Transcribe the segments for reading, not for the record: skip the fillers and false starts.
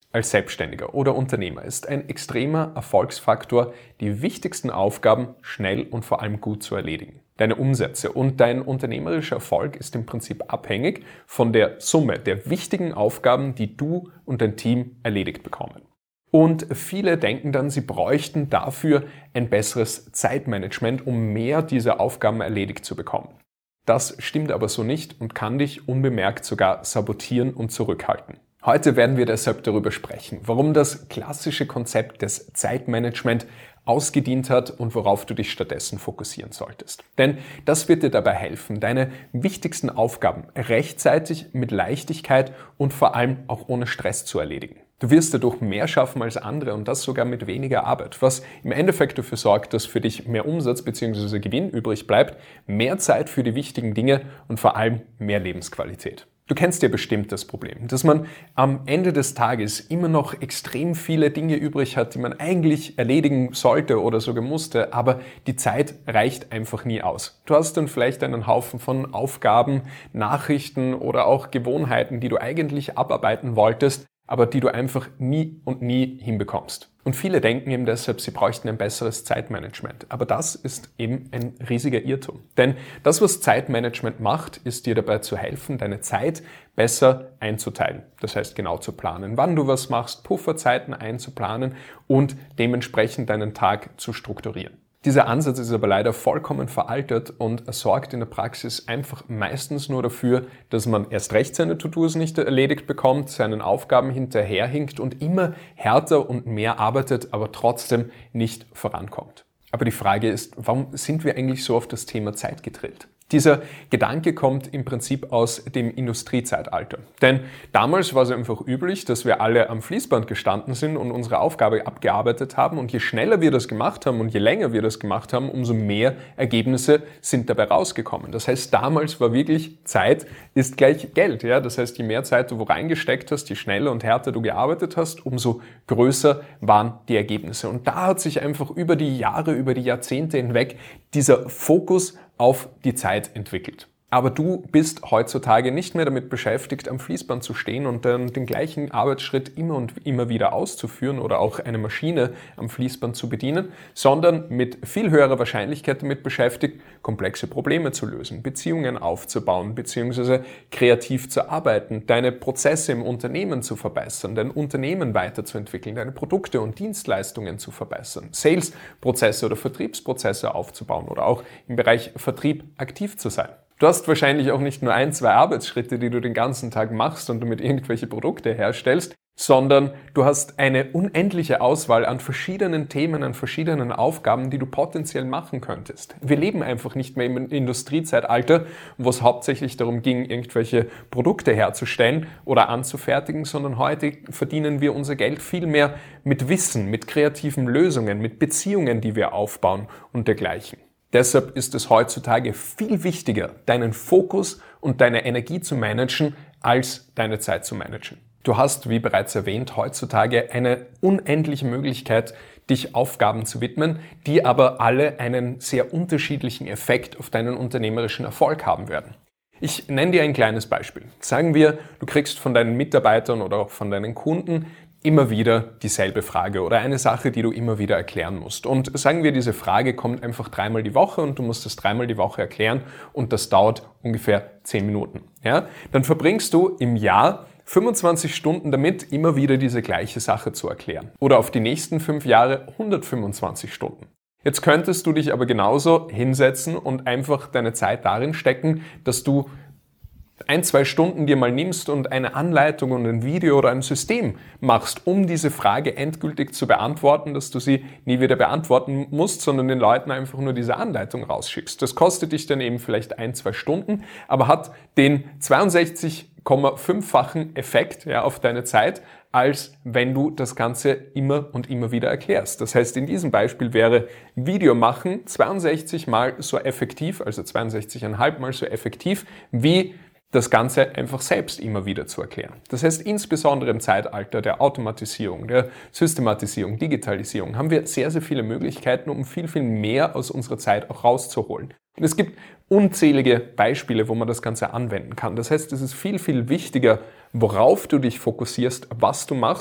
als Selbstständiger oder Unternehmer ist ein extremer Erfolgsfaktor, die wichtigsten Aufgaben schnell und vor allem gut zu erledigen. Deine Umsätze und dein unternehmerischer Erfolg ist im Prinzip abhängig von der Summe der wichtigen Aufgaben, die du und dein Team erledigt bekommen. Und viele denken dann, sie bräuchten dafür ein besseres Zeitmanagement, um mehr dieser Aufgaben erledigt zu bekommen. Das stimmt aber so nicht und kann dich unbemerkt sogar sabotieren und zurückhalten. Heute werden wir deshalb darüber sprechen, warum das klassische Konzept des Zeitmanagement ausgedient hat und worauf du dich stattdessen fokussieren solltest. Denn das wird dir dabei helfen, deine wichtigsten Aufgaben rechtzeitig, mit Leichtigkeit und vor allem auch ohne Stress zu erledigen. Du wirst dadurch mehr schaffen als andere und das sogar mit weniger Arbeit, was im Endeffekt dafür sorgt, dass für dich mehr Umsatz bzw. Gewinn übrig bleibt, mehr Zeit für die wichtigen Dinge und vor allem mehr Lebensqualität. Du kennst ja bestimmt das Problem, dass man am Ende des Tages immer noch extrem viele Dinge übrig hat, die man eigentlich erledigen sollte oder sogar musste, aber die Zeit reicht einfach nie aus. Du hast dann vielleicht einen Haufen von Aufgaben, Nachrichten oder auch Gewohnheiten, die du eigentlich abarbeiten wolltest, aber die du einfach nie hinbekommst. Und viele denken eben deshalb, sie bräuchten ein besseres Zeitmanagement. Aber das ist eben ein riesiger Irrtum. Denn das, was Zeitmanagement macht, ist dir dabei zu helfen, deine Zeit besser einzuteilen. Das heißt, genau zu planen, wann du was machst, Pufferzeiten einzuplanen und dementsprechend deinen Tag zu strukturieren. Dieser Ansatz ist aber leider vollkommen veraltet und sorgt in der Praxis einfach meistens nur dafür, dass man erst recht seine To-Dos nicht erledigt bekommt, seinen Aufgaben hinterherhinkt und immer härter und mehr arbeitet, aber trotzdem nicht vorankommt. Aber die Frage ist, warum sind wir eigentlich so auf das Thema Zeit gedrillt? Dieser Gedanke kommt im Prinzip aus dem Industriezeitalter. Denn damals war es einfach üblich, dass wir alle am Fließband gestanden sind und unsere Aufgabe abgearbeitet haben. Und je schneller wir das gemacht haben und je länger wir das gemacht haben, umso mehr Ergebnisse sind dabei rausgekommen. Das heißt, damals war wirklich Zeit ist gleich Geld. Ja? Das heißt, je mehr Zeit du wo reingesteckt hast, je schneller und härter du gearbeitet hast, umso größer waren die Ergebnisse. Und da hat sich einfach über die Jahre, über die Jahrzehnte hinweg dieser Fokus auf die Zeit entwickelt. Aber du bist heutzutage nicht mehr damit beschäftigt, am Fließband zu stehen und dann den gleichen Arbeitsschritt immer und immer wieder auszuführen oder auch eine Maschine am Fließband zu bedienen, sondern mit viel höherer Wahrscheinlichkeit damit beschäftigt, komplexe Probleme zu lösen, Beziehungen aufzubauen bzw. kreativ zu arbeiten, deine Prozesse im Unternehmen zu verbessern, dein Unternehmen weiterzuentwickeln, deine Produkte und Dienstleistungen zu verbessern, Sales-Prozesse oder Vertriebsprozesse aufzubauen oder auch im Bereich Vertrieb aktiv zu sein. Du hast wahrscheinlich auch nicht nur 1, 2 Arbeitsschritte, die du den ganzen Tag machst und damit irgendwelche Produkte herstellst, sondern du hast eine unendliche Auswahl an verschiedenen Themen, an verschiedenen Aufgaben, die du potenziell machen könntest. Wir leben einfach nicht mehr im Industriezeitalter, wo es hauptsächlich darum ging, irgendwelche Produkte herzustellen oder anzufertigen, sondern heute verdienen wir unser Geld viel mehr mit Wissen, mit kreativen Lösungen, mit Beziehungen, die wir aufbauen und dergleichen. Deshalb ist es heutzutage viel wichtiger, deinen Fokus und deine Energie zu managen, als deine Zeit zu managen. Du hast, wie bereits erwähnt, heutzutage eine unendliche Möglichkeit, dich Aufgaben zu widmen, die aber alle einen sehr unterschiedlichen Effekt auf deinen unternehmerischen Erfolg haben werden. Ich nenne dir ein kleines Beispiel. Sagen wir, du kriegst von deinen Mitarbeitern oder auch von deinen Kunden immer wieder dieselbe Frage oder eine Sache, die du immer wieder erklären musst. Und sagen wir, diese Frage kommt einfach 3-mal die Woche und du musst es 3-mal die Woche erklären und das dauert ungefähr 10 Minuten. Ja? Dann verbringst du im Jahr 25 Stunden damit, immer wieder diese gleiche Sache zu erklären. Oder auf die nächsten 5 Jahre 125 Stunden. Jetzt könntest du dich aber genauso hinsetzen und einfach deine Zeit darin stecken, dass du 1-2 Stunden dir mal nimmst und eine Anleitung und ein Video oder ein System machst, um diese Frage endgültig zu beantworten, dass du sie nie wieder beantworten musst, sondern den Leuten einfach nur diese Anleitung rausschickst. Das kostet dich dann eben vielleicht 1-2 Stunden, aber hat den 62,5-fachen Effekt auf deine Zeit, als wenn du das Ganze immer und immer wieder erklärst. Das heißt, in diesem Beispiel wäre Video machen 62 mal so effektiv, also 62,5 mal so effektiv, wie das Ganze einfach selbst immer wieder zu erklären. Das heißt, insbesondere im Zeitalter der Automatisierung, der Systematisierung, Digitalisierung haben wir sehr, sehr viele Möglichkeiten, um viel, viel mehr aus unserer Zeit auch rauszuholen. Und es gibt unzählige Beispiele, wo man das Ganze anwenden kann. Das heißt, es ist viel, viel wichtiger, worauf du dich fokussierst, was du machst,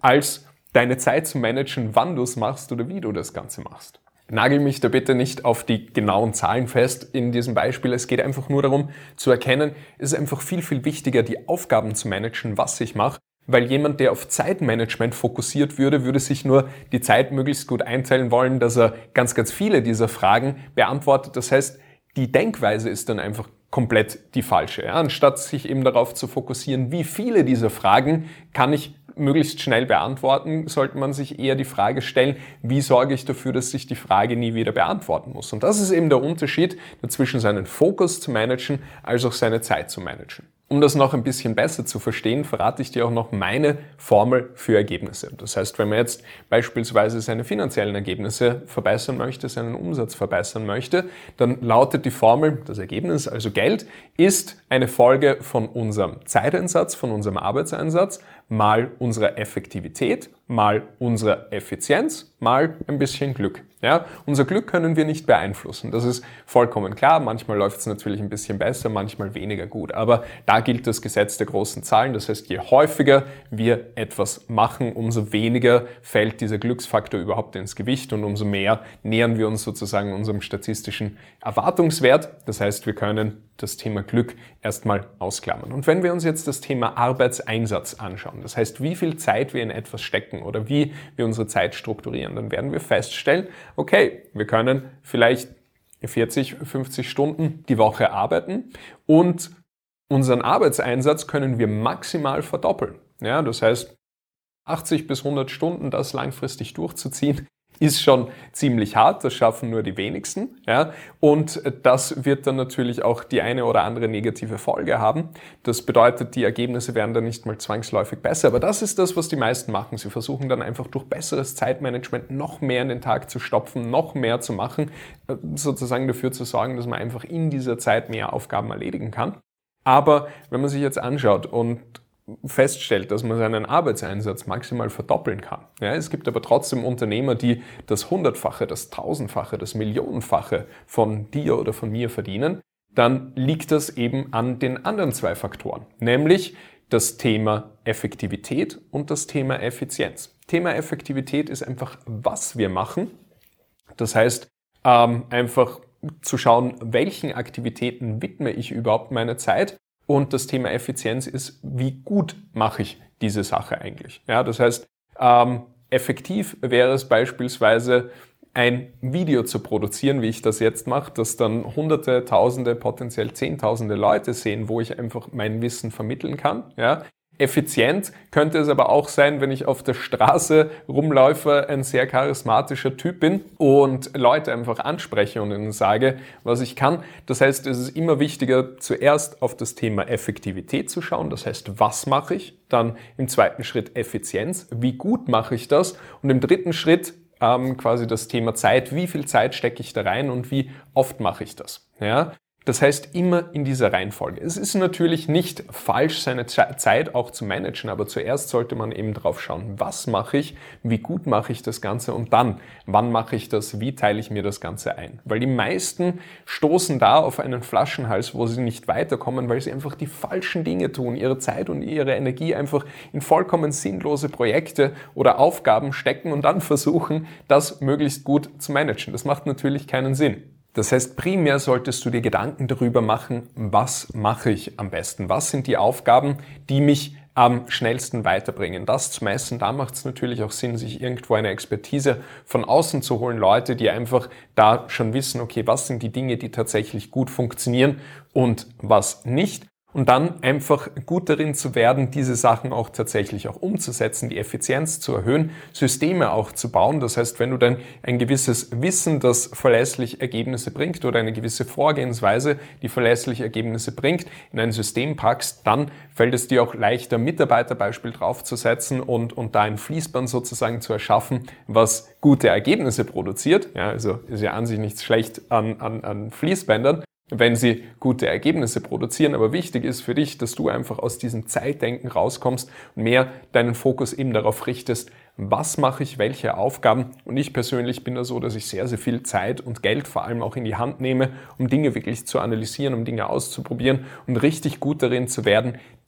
als deine Zeit zu managen, wann du es machst oder wie du das Ganze machst. Nagel mich da bitte nicht auf die genauen Zahlen fest in diesem Beispiel. Es geht einfach nur darum zu erkennen, es ist einfach viel, viel wichtiger, die Aufgaben zu managen, was ich mache, weil jemand, der auf Zeitmanagement fokussiert würde sich nur die Zeit möglichst gut einteilen wollen, dass er ganz, ganz viele dieser Fragen beantwortet. Das heißt, die Denkweise ist dann einfach komplett die falsche. Ja? Anstatt sich eben darauf zu fokussieren, wie viele dieser Fragen kann ich möglichst schnell beantworten, sollte man sich eher die Frage stellen, wie sorge ich dafür, dass ich die Frage nie wieder beantworten muss. Und das ist eben der Unterschied zwischen seinen Fokus zu managen, als auch seine Zeit zu managen. Um das noch ein bisschen besser zu verstehen, verrate ich dir auch noch meine Formel für Ergebnisse. Das heißt, wenn man jetzt beispielsweise seine finanziellen Ergebnisse verbessern möchte, seinen Umsatz verbessern möchte, dann lautet die Formel, das Ergebnis, also Geld, ist eine Folge von unserem Zeiteinsatz, von unserem Arbeitseinsatz, mal unserer Effektivität, mal unserer Effizienz, mal ein bisschen Glück. Ja, unser Glück können wir nicht beeinflussen. Das ist vollkommen klar. Manchmal läuft es natürlich ein bisschen besser, manchmal weniger gut. Aber da gilt das Gesetz der großen Zahlen. Das heißt, je häufiger wir etwas machen, umso weniger fällt dieser Glücksfaktor überhaupt ins Gewicht und umso mehr nähern wir uns sozusagen unserem statistischen Erwartungswert. Das heißt, wir können das Thema Glück erstmal ausklammern. Und wenn wir uns jetzt das Thema Arbeitseinsatz anschauen, das heißt, wie viel Zeit wir in etwas stecken oder wie wir unsere Zeit strukturieren, dann werden wir feststellen, okay, wir können vielleicht 40, 50 Stunden die Woche arbeiten und unseren Arbeitseinsatz können wir maximal verdoppeln. Ja, das heißt, 80 bis 100 Stunden das langfristig durchzuziehen, ist schon ziemlich hart, das schaffen nur die wenigsten. Ja? Und das wird dann natürlich auch die eine oder andere negative Folge haben. Das bedeutet, die Ergebnisse werden dann nicht mal zwangsläufig besser. Aber das ist das, was die meisten machen. Sie versuchen dann einfach durch besseres Zeitmanagement noch mehr in den Tag zu stopfen, noch mehr zu machen, sozusagen dafür zu sorgen, dass man einfach in dieser Zeit mehr Aufgaben erledigen kann. Aber wenn man sich jetzt anschaut und feststellt, dass man seinen Arbeitseinsatz maximal verdoppeln kann. Ja, es gibt aber trotzdem Unternehmer, die das Hundertfache, das Tausendfache, das Millionenfache von dir oder von mir verdienen, dann liegt das eben an den anderen zwei Faktoren, nämlich das Thema Effektivität und das Thema Effizienz. Thema Effektivität ist einfach, was wir machen. Das heißt, einfach zu schauen, welchen Aktivitäten widme ich überhaupt meine Zeit. Und das Thema Effizienz ist, wie gut mache ich diese Sache eigentlich. Ja, das heißt, effektiv wäre es beispielsweise, ein Video zu produzieren, wie ich das jetzt mache, das dann Hunderte, Tausende, potenziell Zehntausende Leute sehen, wo ich einfach mein Wissen vermitteln kann. Ja. Effizient könnte es aber auch sein, wenn ich auf der Straße rumläufe, ein sehr charismatischer Typ bin und Leute einfach anspreche und ihnen sage, was ich kann. Das heißt, es ist immer wichtiger, zuerst auf das Thema Effektivität zu schauen. Das heißt, was mache ich? Dann im zweiten Schritt Effizienz. Wie gut mache ich das? Und im dritten Schritt quasi das Thema Zeit. Wie viel Zeit stecke ich da rein und wie oft mache ich das? Ja? Das heißt, immer in dieser Reihenfolge. Es ist natürlich nicht falsch, seine Zeit auch zu managen, aber zuerst sollte man eben drauf schauen, was mache ich, wie gut mache ich das Ganze und dann, wann mache ich das, wie teile ich mir das Ganze ein. Weil die meisten stoßen da auf einen Flaschenhals, wo sie nicht weiterkommen, weil sie einfach die falschen Dinge tun, ihre Zeit und ihre Energie einfach in vollkommen sinnlose Projekte oder Aufgaben stecken und dann versuchen, das möglichst gut zu managen. Das macht natürlich keinen Sinn. Das heißt, primär solltest du dir Gedanken darüber machen, was mache ich am besten? Was sind die Aufgaben, die mich am schnellsten weiterbringen? Das zu messen, da macht es natürlich auch Sinn, sich irgendwo eine Expertise von außen zu holen. Leute, die einfach da schon wissen, okay, was sind die Dinge, die tatsächlich gut funktionieren und was nicht. Und dann einfach gut darin zu werden, diese Sachen auch tatsächlich auch umzusetzen, die Effizienz zu erhöhen, Systeme auch zu bauen. Das heißt, wenn du dann ein gewisses Wissen, das verlässlich Ergebnisse bringt oder eine gewisse Vorgehensweise, die verlässlich Ergebnisse bringt, in ein System packst, dann fällt es dir auch leichter, Mitarbeiterbeispiel draufzusetzen und da ein Fließband sozusagen zu erschaffen, was gute Ergebnisse produziert. Ja, also ist ja an sich nichts schlecht an Fließbändern, wenn sie gute Ergebnisse produzieren. Aber wichtig ist für dich, dass du einfach aus diesem Zeitdenken rauskommst und mehr deinen Fokus eben darauf richtest, was mache ich, welche Aufgaben. Und ich persönlich bin da so, dass ich sehr, sehr viel Zeit und Geld vor allem auch in die Hand nehme, um Dinge wirklich zu analysieren, um Dinge auszuprobieren und richtig gut darin zu werden,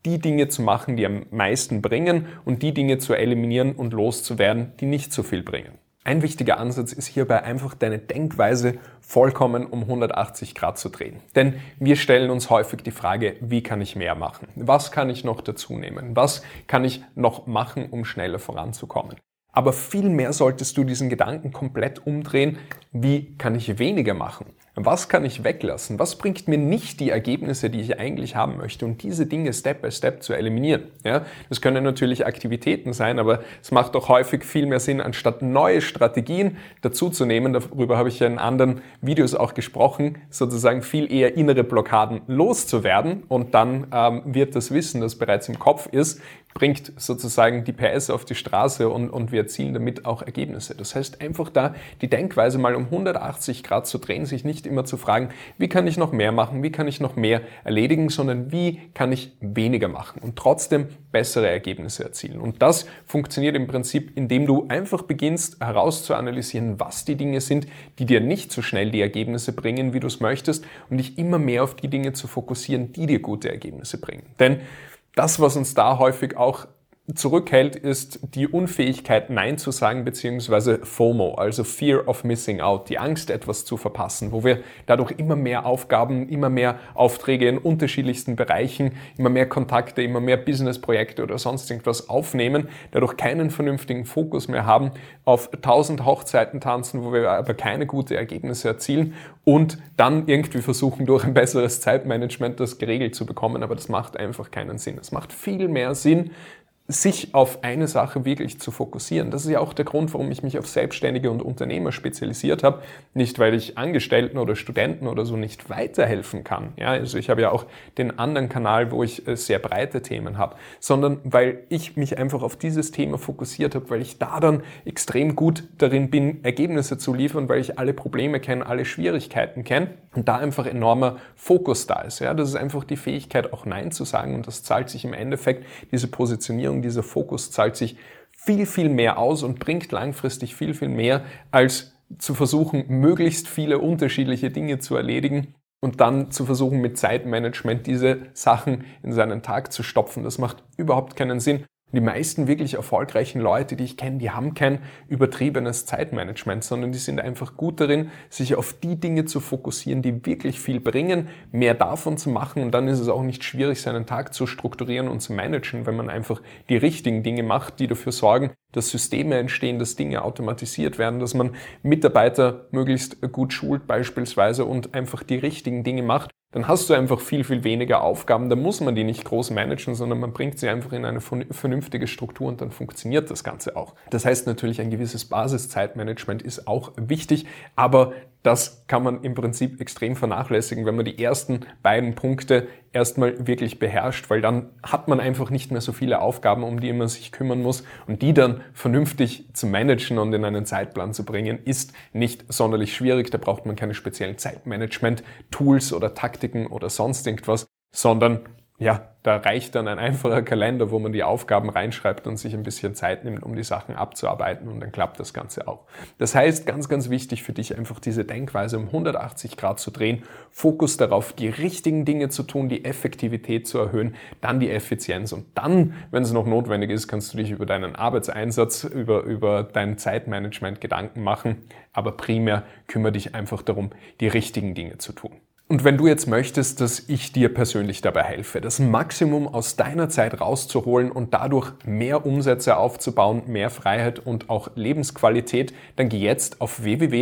die Dinge zu machen, die am meisten bringen und die Dinge zu eliminieren und loszuwerden, die nicht so viel bringen. Ein wichtiger Ansatz ist hierbei einfach deine Denkweise vollkommen um 180 Grad zu drehen. Denn wir stellen uns häufig die Frage, wie kann ich mehr machen? Was kann ich noch dazu nehmen? Was kann ich noch machen, um schneller voranzukommen? Aber vielmehr solltest du diesen Gedanken komplett umdrehen, wie kann ich weniger machen? Was kann ich weglassen? Was bringt mir nicht die Ergebnisse, die ich eigentlich haben möchte? Und diese Dinge Step by Step zu eliminieren. Ja, das können natürlich Aktivitäten sein, aber es macht doch häufig viel mehr Sinn, anstatt neue Strategien dazuzunehmen. Darüber habe ich ja in anderen Videos auch gesprochen, sozusagen viel eher innere Blockaden loszuwerden. Und dann wird das Wissen, das bereits im Kopf ist, bringt sozusagen die PS auf die Straße und wir erzielen damit auch Ergebnisse. Das heißt, einfach da die Denkweise mal um 180 Grad zu drehen, sich nicht immer zu fragen, wie kann ich noch mehr machen, wie kann ich noch mehr erledigen, sondern wie kann ich weniger machen und trotzdem bessere Ergebnisse erzielen. Und das funktioniert im Prinzip, indem du einfach beginnst herauszuanalysieren, was die Dinge sind, die dir nicht so schnell die Ergebnisse bringen, wie du es möchtest, und dich immer mehr auf die Dinge zu fokussieren, die dir gute Ergebnisse bringen. Denn das, was uns da häufig auch zurückhält, ist die Unfähigkeit, Nein zu sagen, beziehungsweise FOMO, also Fear of Missing Out, die Angst, etwas zu verpassen, wo wir dadurch immer mehr Aufgaben, immer mehr Aufträge in unterschiedlichsten Bereichen, immer mehr Kontakte, immer mehr Businessprojekte oder sonst irgendwas aufnehmen, dadurch keinen vernünftigen Fokus mehr haben, auf 1000 Hochzeiten tanzen, wo wir aber keine guten Ergebnisse erzielen und dann irgendwie versuchen, durch ein besseres Zeitmanagement das geregelt zu bekommen, aber das macht einfach keinen Sinn. Es macht viel mehr Sinn, sich auf eine Sache wirklich zu fokussieren. Das ist ja auch der Grund, warum ich mich auf Selbstständige und Unternehmer spezialisiert habe. Nicht, weil ich Angestellten oder Studenten oder so nicht weiterhelfen kann. Ja, also ich habe ja auch den anderen Kanal, wo ich sehr breite Themen habe, sondern weil ich mich einfach auf dieses Thema fokussiert habe, weil ich da dann extrem gut darin bin, Ergebnisse zu liefern, weil ich alle Probleme kenne, alle Schwierigkeiten kenne und da einfach enormer Fokus da ist. Ja, das ist einfach die Fähigkeit, auch Nein zu sagen, und das zahlt sich im Endeffekt, diese Positionierung, dieser Fokus zahlt sich viel, viel mehr aus und bringt langfristig viel, viel mehr, als zu versuchen, möglichst viele unterschiedliche Dinge zu erledigen und dann zu versuchen, mit Zeitmanagement diese Sachen in seinen Tag zu stopfen. Das macht überhaupt keinen Sinn. Die meisten wirklich erfolgreichen Leute, die ich kenne, die haben kein übertriebenes Zeitmanagement, sondern die sind einfach gut darin, sich auf die Dinge zu fokussieren, die wirklich viel bringen, mehr davon zu machen, und dann ist es auch nicht schwierig, seinen Tag zu strukturieren und zu managen, wenn man einfach die richtigen Dinge macht, die dafür sorgen, dass Systeme entstehen, dass Dinge automatisiert werden, dass man Mitarbeiter möglichst gut schult beispielsweise und einfach die richtigen Dinge macht. Dann hast du einfach viel, viel weniger Aufgaben. Da muss man die nicht groß managen, sondern man bringt sie einfach in eine vernünftige Struktur und dann funktioniert das Ganze auch. Das heißt natürlich, ein gewisses Basiszeitmanagement ist auch wichtig, aber das kann man im Prinzip extrem vernachlässigen, wenn man die ersten beiden Punkte erstmal wirklich beherrscht, weil dann hat man einfach nicht mehr so viele Aufgaben, um die man sich kümmern muss, und die dann vernünftig zu managen und in einen Zeitplan zu bringen, ist nicht sonderlich schwierig. Da braucht man keine speziellen Zeitmanagement-Tools oder Taktiken oder sonst irgendwas, sondern ja, da reicht dann ein einfacher Kalender, wo man die Aufgaben reinschreibt und sich ein bisschen Zeit nimmt, um die Sachen abzuarbeiten, und dann klappt das Ganze auch. Das heißt, ganz, ganz wichtig für dich, einfach diese Denkweise um 180 Grad zu drehen, Fokus darauf, die richtigen Dinge zu tun, die Effektivität zu erhöhen, dann die Effizienz, und dann, wenn es noch notwendig ist, kannst du dich über deinen Arbeitseinsatz, über dein Zeitmanagement Gedanken machen, aber primär kümmere dich einfach darum, die richtigen Dinge zu tun. Und wenn du jetzt möchtest, dass ich dir persönlich dabei helfe, das Maximum aus deiner Zeit rauszuholen und dadurch mehr Umsätze aufzubauen, mehr Freiheit und auch Lebensqualität, dann geh jetzt auf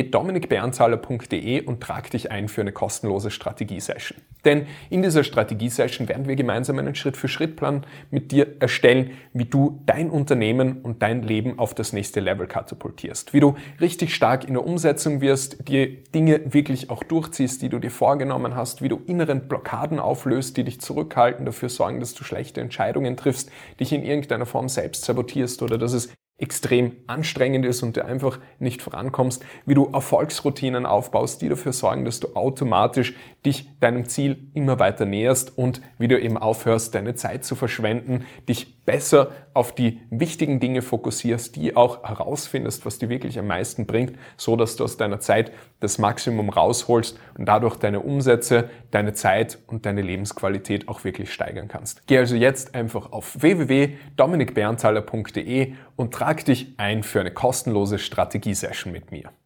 www.dominikberntaler.de und trag dich ein für eine kostenlose Strategie-Session. Denn in dieser Strategie-Session werden wir gemeinsam einen Schritt-für-Schritt-Plan mit dir erstellen, wie du dein Unternehmen und dein Leben auf das nächste Level katapultierst. Wie du richtig stark in der Umsetzung wirst, die Dinge wirklich auch durchziehst, die du dir vorgenommen hast, wie du inneren Blockaden auflöst, die dich zurückhalten, dafür sorgen, dass du schlechte Entscheidungen triffst, dich in irgendeiner Form selbst sabotierst oder dass es extrem anstrengend ist und du einfach nicht vorankommst, wie du Erfolgsroutinen aufbaust, die dafür sorgen, dass du automatisch dich deinem Ziel immer weiter näherst, und wie du eben aufhörst, deine Zeit zu verschwenden, dich besser auf die wichtigen Dinge fokussierst, die auch herausfindest, was dir wirklich am meisten bringt, so dass du aus deiner Zeit das Maximum rausholst und dadurch deine Umsätze, deine Zeit und deine Lebensqualität auch wirklich steigern kannst. Geh also jetzt einfach auf www.dominikberntaler.de und trag dich ein für eine kostenlose Strategiesession mit mir.